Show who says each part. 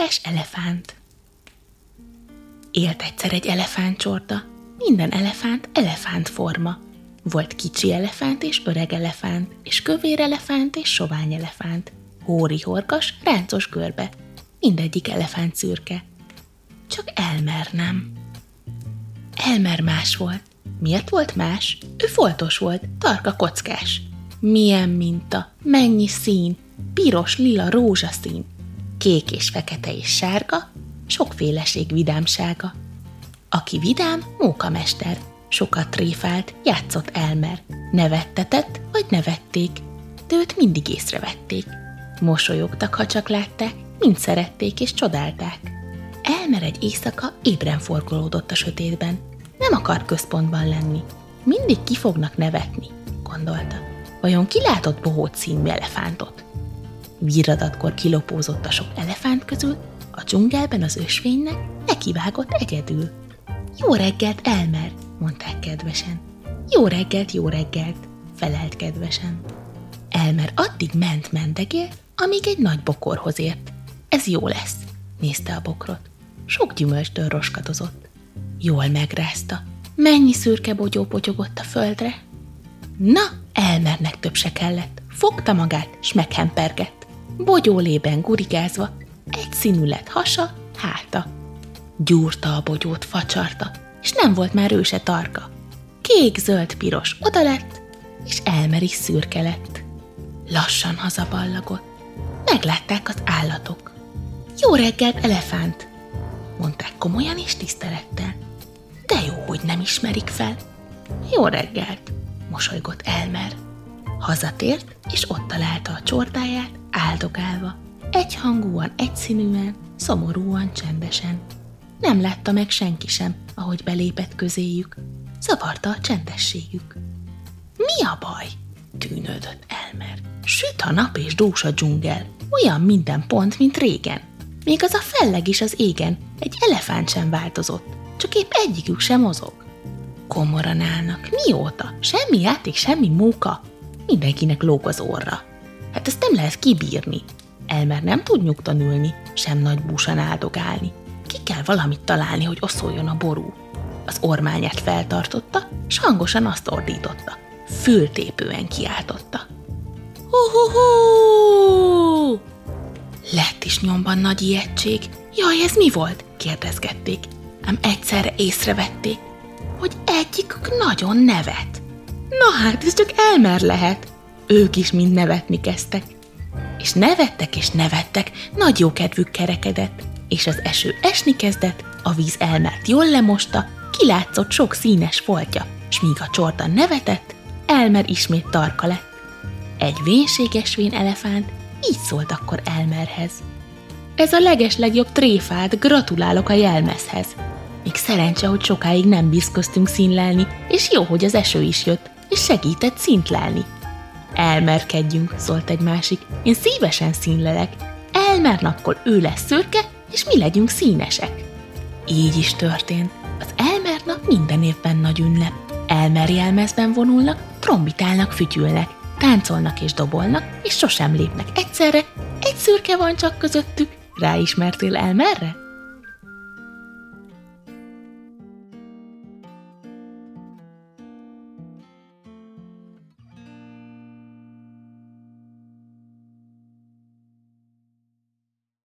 Speaker 1: Szöges elefánt. Élt egyszer egy elefántcsorda, minden elefánt elefántforma. Volt kicsi elefánt és öreg elefánt, és kövér elefánt és sovány elefánt, hóri-horgas, ráncos görbe, mindegyik elefánt szürke. Csak Elmer nem. Elmer más volt. Miért volt más? Ő foltos volt, tarka kockás. Milyen minta, mennyi szín, piros, lila, rózsaszín, kék és fekete és sárga, sokféleség vidámsága. Aki vidám, mókamester, sokat tréfált, játszott Elmer, nevettetett vagy nevették, de őt mindig észrevették. Mosolyogtak, ha csak látták, mind szerették és csodálták. Elmer egy éjszaka ébren forgolódott a sötétben. Nem akar központban lenni. Mindig ki fognak nevetni, gondolta. Vajon ki látott bohóc színű elefántot? Virradatkor kilopózott a sok elefánt közül, a dzsungelben az ösvénynek nekivágott egyedül. Jó reggelt, Elmer, mondták kedvesen. Jó reggelt, felelt kedvesen. Elmer addig ment-mentegélt, amíg egy nagy bokorhoz ért. Ez jó lesz, nézte a bokrot. Sok gyümölcstől roskadozott. Jól megrázta. Mennyi szürke bogyó potyogott a földre? Na, Elmernek több se kellett. Fogta magát, s meghempergett. Bogyólében gurigázva, egy színű lett hasa, háta. Gyúrta a bogyót, facsarta, és nem volt már ő se tarka. Kék, zöld, piros oda lett, és Elmer is szürke lett. Lassan hazaballagott. Meglátták az állatok. Jó reggelt, elefánt, mondták komolyan és tisztelettel. De jó, hogy nem ismerik fel. Jó reggelt, mosolygott Elmer. Hazatért, és ott találta a csordáját, áldogálva. Egyhangúan, egyszínűen, szomorúan, csendesen. Nem látta meg senki sem, ahogy belépett közéjük. Zavarta a csendességük. Mi a baj? Tűnődött Elmer. Süt a nap és dús a dzsungel. Olyan minden pont, mint régen. Még az a felleg is az égen, egy elefánt sem változott, csak épp egyikük sem mozog. Komoran állnak. Mióta? Semmi játék, semmi móka. Mindenkinek lóg az orra. Hát ezt nem lehet kibírni. Elmer nem tud nyugtan ülni, sem nagy búsan áldogálni. Ki kell valamit találni, hogy oszoljon a ború. Az ormányát feltartotta, s hangosan azt ordította. Fültépően kiáltotta. Hú-hú-hú! Lett is nyomban nagy ijegység. Jaj, ez mi volt? Kérdezgették, ám egyszerre észrevették, hogy egyikük nagyon nevet. Na hát, ez csak Elmer lehet. Ők is mind nevetni kezdtek. És nevettek, nagy jókedvük kerekedett, és az eső esni kezdett, a víz Elmert jól lemosta, kilátszott sok színes foltja, s míg a csorda nevetett, Elmer ismét tarka lett. Egy vénséges vén elefánt így szólt akkor Elmerhez. Ez a legeslegjobb tréfád, gratulálok a jelmezhez. Még szerencse, hogy sokáig nem bíz köztünk színlelni, és jó, hogy az eső is jött, és segített szintlelni. Elmerkedjünk, szólt egy másik, én szívesen színlelek. Elmernakkor ő lesz szürke, és mi legyünk színesek. Így is történt. Az Elmer nap minden évben nagy ünnep. Elmer jelmezben vonulnak, trombitálnak, fütyülnek, táncolnak és dobolnak, és sosem lépnek egyszerre. Egy szürke van csak közöttük. Ráismertél Elmerre?